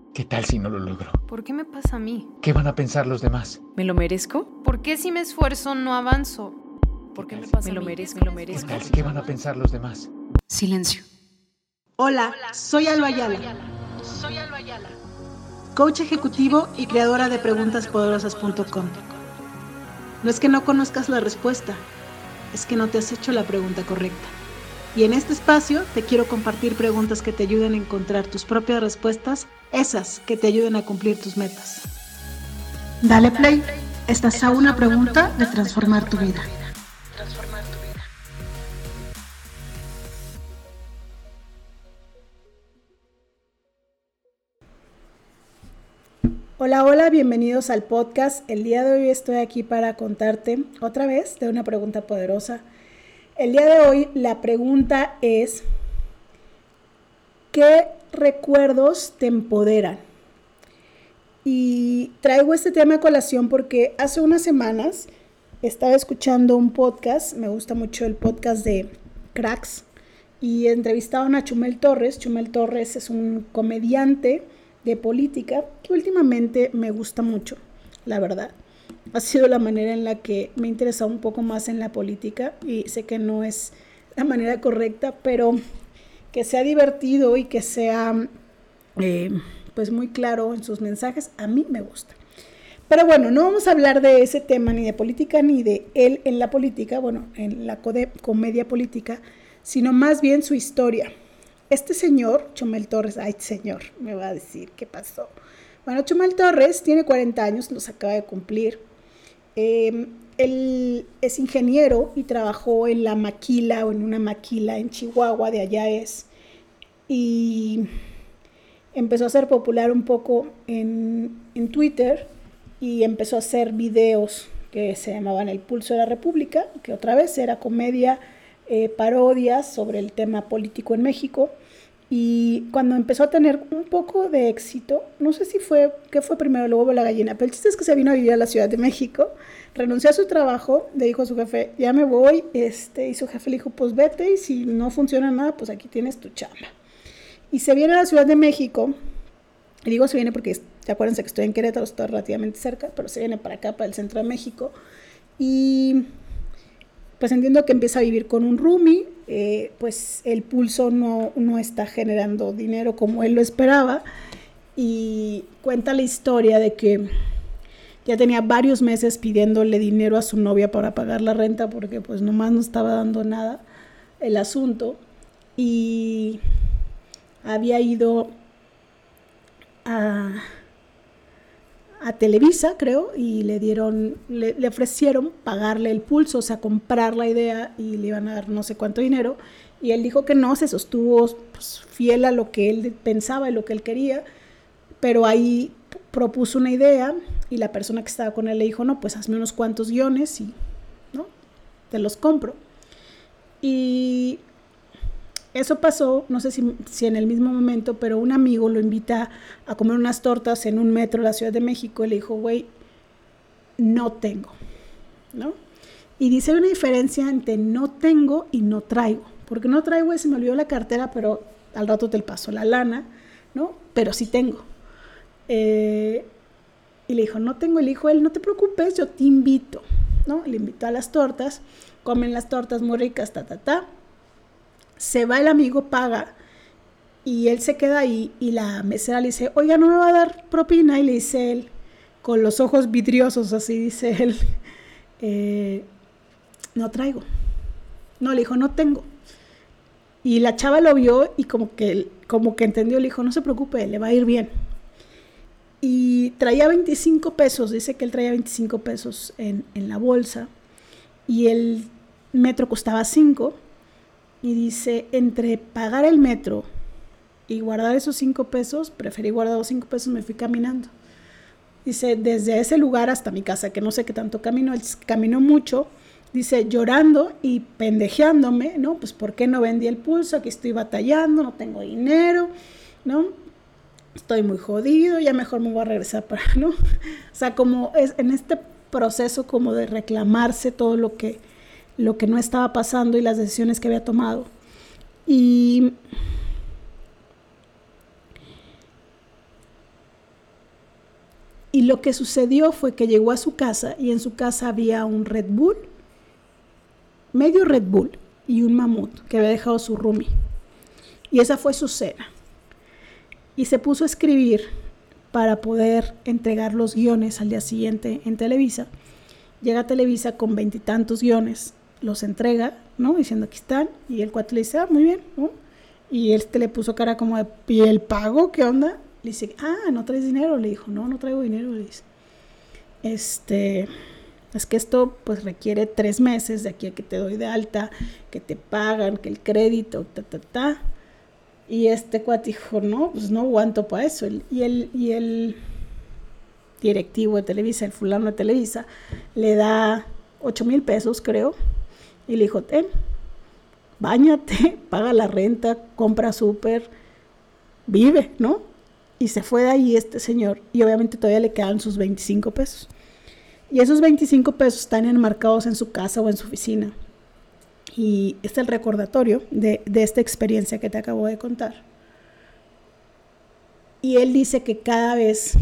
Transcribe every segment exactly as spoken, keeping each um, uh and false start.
¿Qué tal si no lo logro? ¿Por qué me pasa a mí? ¿Qué van a pensar los demás? ¿Me lo merezco? ¿Por qué si me esfuerzo no avanzo? ¿Por qué me pasa Me a lo mí? merezco, ¿Me lo ¿Qué merezco? tal si- ¿Qué van a pensar los demás? Silencio. Hola, soy Alba Ayala, coach ejecutivo y creadora de preguntas poderosas punto com. No es que no conozcas la respuesta, es que no te has hecho la pregunta correcta. Y en este espacio te quiero compartir preguntas que te ayuden a encontrar tus propias respuestas, esas que te ayuden a cumplir tus metas. Dale play, estás a una pregunta de transformar tu vida. Hola, hola, bienvenidos al podcast. El día de hoy estoy aquí para contarte otra vez de una pregunta poderosa. El día de hoy la pregunta es: ¿qué recuerdos te empoderan? Y traigo este tema a colación porque hace unas semanas estaba escuchando un podcast, me gusta mucho el podcast de Cracks, y entrevistaron a Chumel Torres. Chumel Torres es un comediante de política que últimamente me gusta mucho, la verdad. Ha sido la manera en la que me he interesado un poco más en la política, y sé que no es la manera correcta, pero que sea divertido y que sea eh, pues muy claro en sus mensajes, a mí me gusta. Pero bueno, no vamos a hablar de ese tema, ni de política, ni de él en la política, bueno, en la comedia política, sino más bien su historia. Este señor, Chumel Torres, ay señor, me va a decir qué pasó. Bueno, Chumel Torres tiene cuarenta años, los acaba de cumplir. Eh, él es ingeniero y trabajó en la maquila o en una maquila en Chihuahua, de allá es. Y empezó a ser popular un poco en, en Twitter y empezó a hacer videos que se llamaban El Pulso de la República, que otra vez era comedia, eh, parodias sobre el tema político en México. Y cuando empezó a tener un poco de éxito, no sé si fue, ¿qué fue primero, el huevo o la gallina? Pero el chiste es que se vino a vivir a la Ciudad de México, renunció a su trabajo, le dijo a su jefe, ya me voy, este, y su jefe le dijo, pues vete, y si no funciona nada, pues aquí tienes tu chamba. Y se viene a la Ciudad de México, y digo se viene porque, ya acuérdense que estoy en Querétaro, estoy relativamente cerca, pero se viene para acá, para el centro de México, y pues entiendo que empieza a vivir con un roomie. Eh, pues el Pulso no, no está generando dinero como él lo esperaba, y cuenta la historia de que ya tenía varios meses pidiéndole dinero a su novia para pagar la renta, porque pues nomás no estaba dando nada el asunto, y había ido a, a Televisa, creo, y le dieron, le, le ofrecieron pagarle el Pulso, o sea, comprar la idea, y le iban a dar no sé cuánto dinero, y él dijo que no, se sostuvo pues, fiel a lo que él pensaba y lo que él quería, pero ahí propuso una idea, y la persona que estaba con él le dijo, no, pues hazme unos cuantos guiones y, ¿no?, te los compro. Y eso pasó, no sé si, si en el mismo momento, pero un amigo lo invita a comer unas tortas en un metro de la Ciudad de México, y le dijo, güey, no tengo, ¿no? Y dice, hay una diferencia entre no tengo y no traigo, porque no traigo es, se me olvidó la cartera, pero al rato te paso la lana, ¿no? Pero sí tengo. Eh, y le dijo, no tengo. Y le dijo él, no te preocupes, yo te invito, ¿no? Le invitó a las tortas, comen las tortas muy ricas, ta, ta, ta. Se va el amigo, paga, y él se queda ahí, y la mesera le dice, oiga, ¿no me va a dar propina? Y le dice él, con los ojos vidriosos, así dice él, eh, no traigo. No, le dijo, no tengo. Y la chava lo vio y como que, como que entendió, le dijo, no se preocupe, le va a ir bien. Y traía veinticinco pesos, dice que él traía veinticinco pesos en, en la bolsa, y el metro costaba cinco. Y dice, entre pagar el metro y guardar esos cinco pesos, preferí guardar los cinco pesos, me fui caminando. Dice, desde ese lugar hasta mi casa, que no sé qué tanto caminó, él caminó mucho, dice, llorando y pendejeándome, ¿no? Pues, ¿por qué no vendí el Pulso? Aquí estoy batallando, no tengo dinero, ¿no? Estoy muy jodido, ya mejor me voy a regresar para, ¿no? O sea, como es en este proceso como de reclamarse todo lo que lo que no estaba pasando y las decisiones que había tomado. Y Y lo que sucedió fue que llegó a su casa y en su casa había un Red Bull, medio Red Bull y un mamut que había dejado su roomie. Y esa fue su cena. Y se puso a escribir para poder entregar los guiones al día siguiente en Televisa. Llega a Televisa con veintitantos guiones, los entrega, ¿no? Diciendo aquí están. Y el cuate le dice, ah, muy bien, ¿no? Y él le puso cara como de, ¿y el pago? ¿Qué onda? Le dice, ah, ¿no traes dinero? Le dijo, no, no traigo dinero. Le dice, este, es que esto pues requiere tres meses de aquí a que te doy de alta, que te pagan, que el crédito, ta, ta, ta. Y este cuate dijo, no, pues no aguanto para eso. Y el, y el directivo de Televisa, el fulano de Televisa, le da ocho mil pesos, creo. Y le dijo, ten, báñate, paga la renta, compra súper, vive, ¿no? Y se fue de ahí este señor, y obviamente todavía le quedan sus veinticinco pesos. Y esos veinticinco pesos están enmarcados en su casa o en su oficina. Y este es el recordatorio de, de esta experiencia que te acabo de contar. Y él dice que cada vez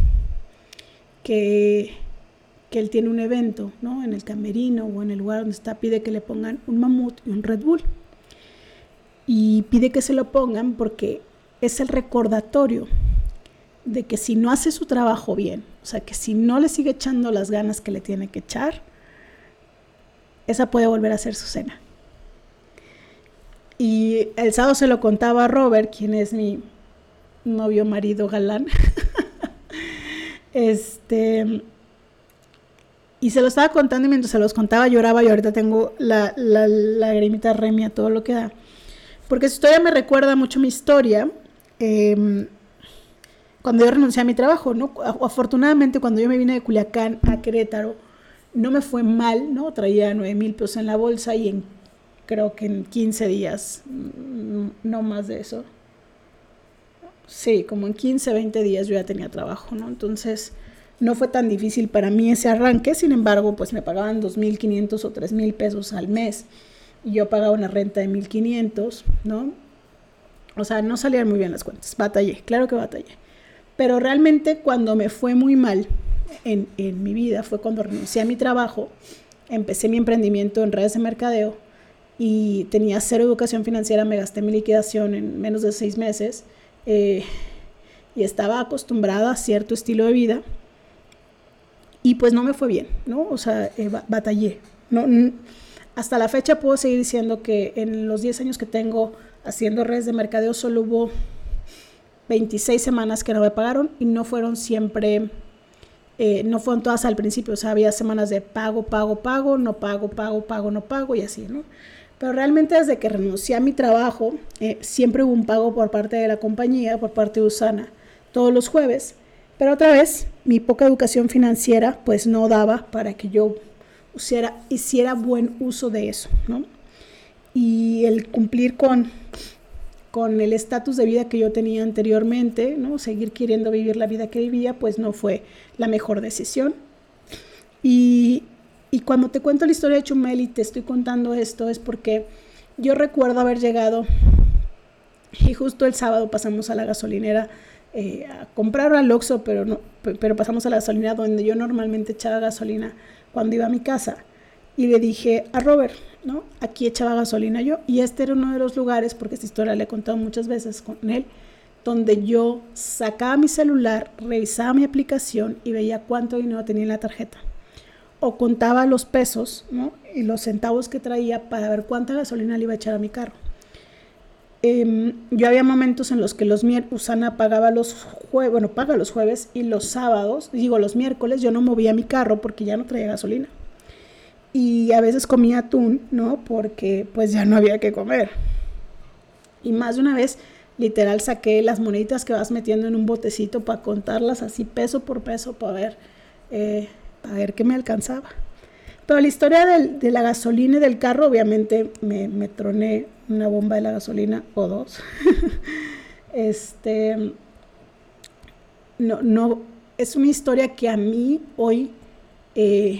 que, que él tiene un evento, ¿no? En el camerino o en el lugar donde está, pide que le pongan un mamut y un Red Bull. Y pide que se lo pongan porque es el recordatorio de que si no hace su trabajo bien, o sea, que si no le sigue echando las ganas que le tiene que echar, esa puede volver a ser su cena. Y el sábado se lo contaba a Robert, quien es mi novio, marido, galán. este... Y se lo estaba contando y mientras se los contaba lloraba y ahorita tengo la, la, la lagrimita remia, todo lo que da. Porque su historia me recuerda mucho mi historia. Eh, cuando yo renuncié a mi trabajo, ¿no? Afortunadamente, cuando yo me vine de Culiacán a Querétaro, no me fue mal, ¿no? Traía nueve mil pesos en la bolsa y en, creo que en quince días, no más de eso. Sí, como en quince, veinte días yo ya tenía trabajo, ¿no? Entonces, no fue tan difícil para mí ese arranque. Sin embargo, pues me pagaban dos mil quinientos o tres mil pesos al mes y yo pagaba una renta de mil quinientos, ¿no? O sea, no salían muy bien las cuentas. Batallé, claro que batallé. Pero realmente cuando me fue muy mal en, en mi vida fue cuando renuncié a mi trabajo, empecé mi emprendimiento en redes de mercadeo y tenía cero educación financiera, me gasté mi liquidación en menos de seis meses eh, y estaba acostumbrada a cierto estilo de vida y pues no me fue bien, ¿no? O sea, eh, batallé. No, n- hasta la fecha puedo seguir diciendo que en los diez años que tengo haciendo redes de mercadeo solo hubo veintiséis semanas que no me pagaron y no fueron siempre, eh, no fueron todas al principio, o sea, había semanas de pago, pago, pago, no pago, pago, pago, no pago y así, ¿no? Pero realmente desde que renuncié a mi trabajo, eh, siempre hubo un pago por parte de la compañía, por parte de Usana, todos los jueves, pero otra vez, mi poca educación financiera pues no daba para que yo hiciera, hiciera buen uso de eso, ¿no? Y el cumplir con... con el estatus de vida que yo tenía anteriormente, ¿no? Seguir queriendo vivir la vida que vivía, pues no fue la mejor decisión. Y, y cuando te cuento la historia de Chumel y te estoy contando esto, es porque yo recuerdo haber llegado y justo el sábado pasamos a la gasolinera eh, a comprar al Oxxo, pero, no, pero pasamos a la gasolinera donde yo normalmente echaba gasolina cuando iba a mi casa. Y le dije a Robert, ¿no? Aquí echaba gasolina yo. Y este era uno de los lugares, porque esta historia la he contado muchas veces con él, donde yo sacaba mi celular, revisaba mi aplicación y veía cuánto dinero tenía en la tarjeta. O contaba los pesos, ¿no? Y los centavos que traía para ver cuánta gasolina le iba a echar a mi carro. Eh, yo había momentos en los que los miércoles, Usana pagaba los jueves, bueno, paga los jueves y los sábados, digo los miércoles, yo no movía mi carro porque ya no traía gasolina. Y a veces comía atún, ¿no? Porque pues ya no había que comer. Y más de una vez, literal, saqué las moneditas que vas metiendo en un botecito para contarlas así peso por peso para ver, eh, para ver qué me alcanzaba. Pero la historia del, de la gasolina y del carro, obviamente me, me troné una bomba de la gasolina o dos. este, no, no, es una historia que a mí hoy... Eh,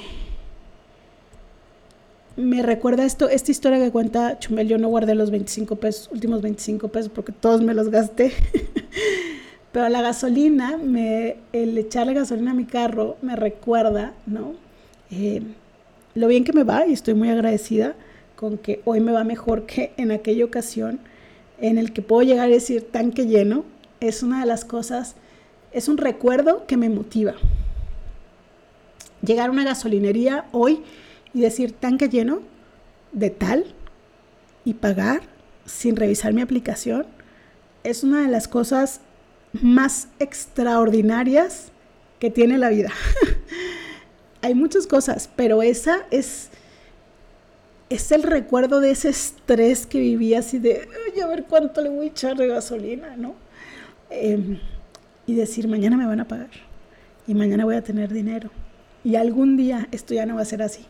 me recuerda esto, esta historia que cuenta Chumel. Yo no guardé los veinticinco pesos, últimos veinticinco pesos porque todos me los gasté. Pero la gasolina, me, el echarle gasolina a mi carro me recuerda, ¿no? Eh, lo bien que me va, y estoy muy agradecida con que hoy me va mejor que en aquella ocasión en el que puedo llegar a decir tanque lleno. Es una de las cosas, es un recuerdo que me motiva. Llegar a una gasolinería hoy y decir tanque lleno de tal y pagar sin revisar mi aplicación es una de las cosas más extraordinarias que tiene la vida. Hay muchas cosas, pero esa es, es el recuerdo de ese estrés que vivía así de, ay, a ver cuánto le voy a echar de gasolina, ¿no? Eh, y decir, mañana me van a pagar y mañana voy a tener dinero y algún día esto ya no va a ser así.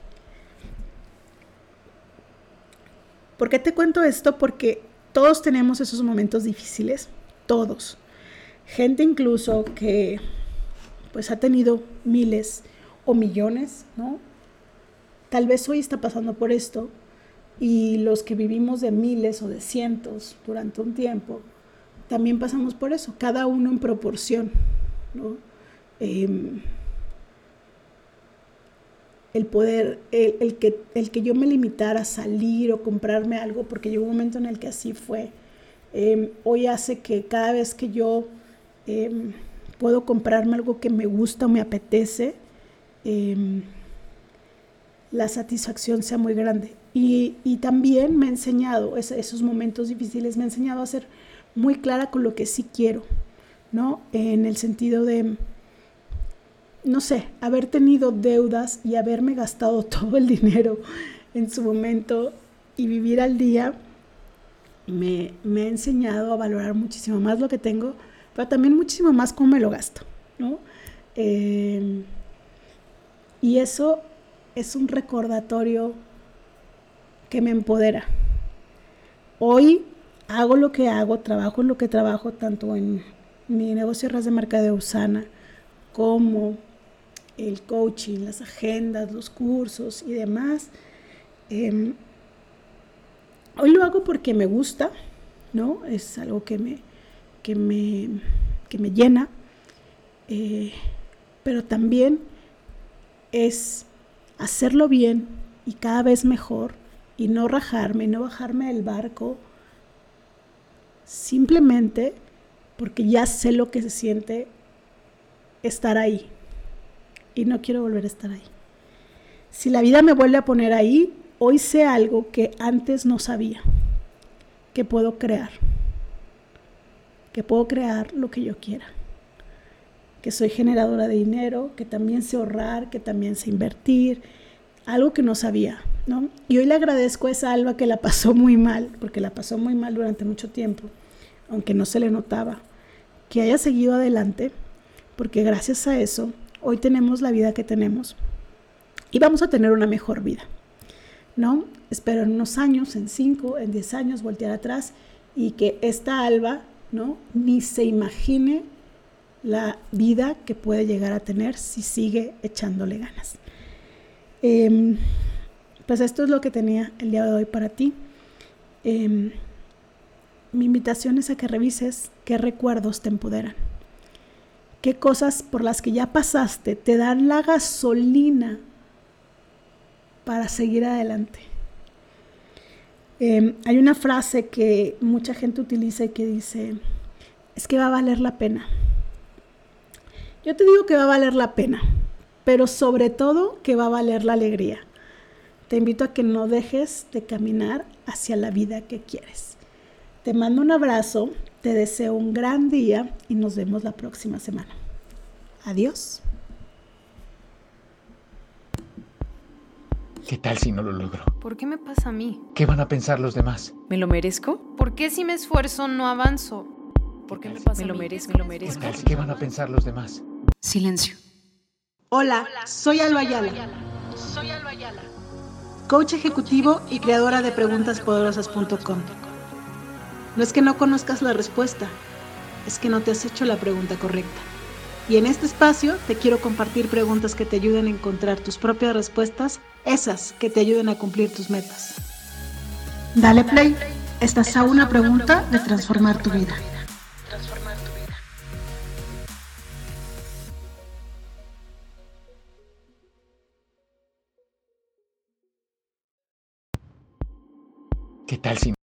¿Por qué te cuento esto? Porque todos tenemos esos momentos difíciles, todos. Gente incluso que pues ha tenido miles o millones, ¿no? Tal vez hoy está pasando por esto y los que vivimos de miles o de cientos durante un tiempo, también pasamos por eso, cada uno en proporción, ¿no? Eh, el poder, el, el, que, el que yo me limitara a salir o comprarme algo, porque llegó un momento en el que así fue, eh, hoy hace que cada vez que yo eh, puedo comprarme algo que me gusta o me apetece, eh, la satisfacción sea muy grande. Y, y también me ha enseñado, es, esos momentos difíciles, me ha enseñado a ser muy clara con lo que sí quiero, ¿no? En el sentido de, no sé, haber tenido deudas y haberme gastado todo el dinero en su momento y vivir al día, me, me ha enseñado a valorar muchísimo más lo que tengo, pero también muchísimo más cómo me lo gasto, ¿no? Eh, y eso es un recordatorio que me empodera. Hoy hago lo que hago, trabajo en lo que trabajo, tanto en mi negocio de ras de mercadeo Usana, como el coaching, las agendas, los cursos y demás. Eh, hoy lo hago porque me gusta, ¿no? Es algo que me, que me, que me llena, eh, pero también es hacerlo bien y cada vez mejor y no rajarme, y no bajarme del barco simplemente porque ya sé lo que se siente estar ahí y no quiero volver a estar ahí. Si la vida me vuelve a poner ahí, hoy sé algo que antes no sabía, que puedo crear, que puedo crear lo que yo quiera, que soy generadora de dinero, que también sé ahorrar, que también sé invertir, algo que no sabía, ¿no? Y hoy le agradezco a esa Alba que la pasó muy mal, porque la pasó muy mal durante mucho tiempo, aunque no se le notaba, que haya seguido adelante, porque gracias a eso hoy tenemos la vida que tenemos y vamos a tener una mejor vida, ¿no? Espero en unos años, en cinco, en diez años, voltear atrás y que esta Alba, ¿no? Ni se imagine la vida que puede llegar a tener si sigue echándole ganas. Eh, pues esto es lo que tenía el día de hoy para ti. Eh, mi invitación es a que revises qué recuerdos te empoderan, qué cosas por las que ya pasaste te dan la gasolina para seguir adelante. Eh, hay una frase que mucha gente utiliza y que dice, es que va a valer la pena. Yo te digo que va a valer la pena, pero sobre todo que va a valer la alegría. Te invito a que no dejes de caminar hacia la vida que quieres. Te mando un abrazo, te deseo un gran día y nos vemos la próxima semana. Adiós. ¿Qué tal si no lo logro? ¿Por qué me pasa a mí? ¿Qué van a pensar los demás? ¿Me lo merezco? ¿Por qué si me esfuerzo no avanzo? ¿Por qué me pasa a mí? Me lo merezco, me lo merezco. ¿Qué tal si- ¿Qué van a pensar los demás? Silencio. Hola, soy Alba Ayala. Soy Alba Ayala. Coach ejecutivo y creadora de preguntas poderosas punto com. No es que no conozcas la respuesta, es que no te has hecho la pregunta correcta. Y en este espacio te quiero compartir preguntas que te ayuden a encontrar tus propias respuestas, esas que te ayuden a cumplir tus metas. Dale play, estás a una pregunta de transformar tu vida. Transformar tu vida. ¿Qué tal si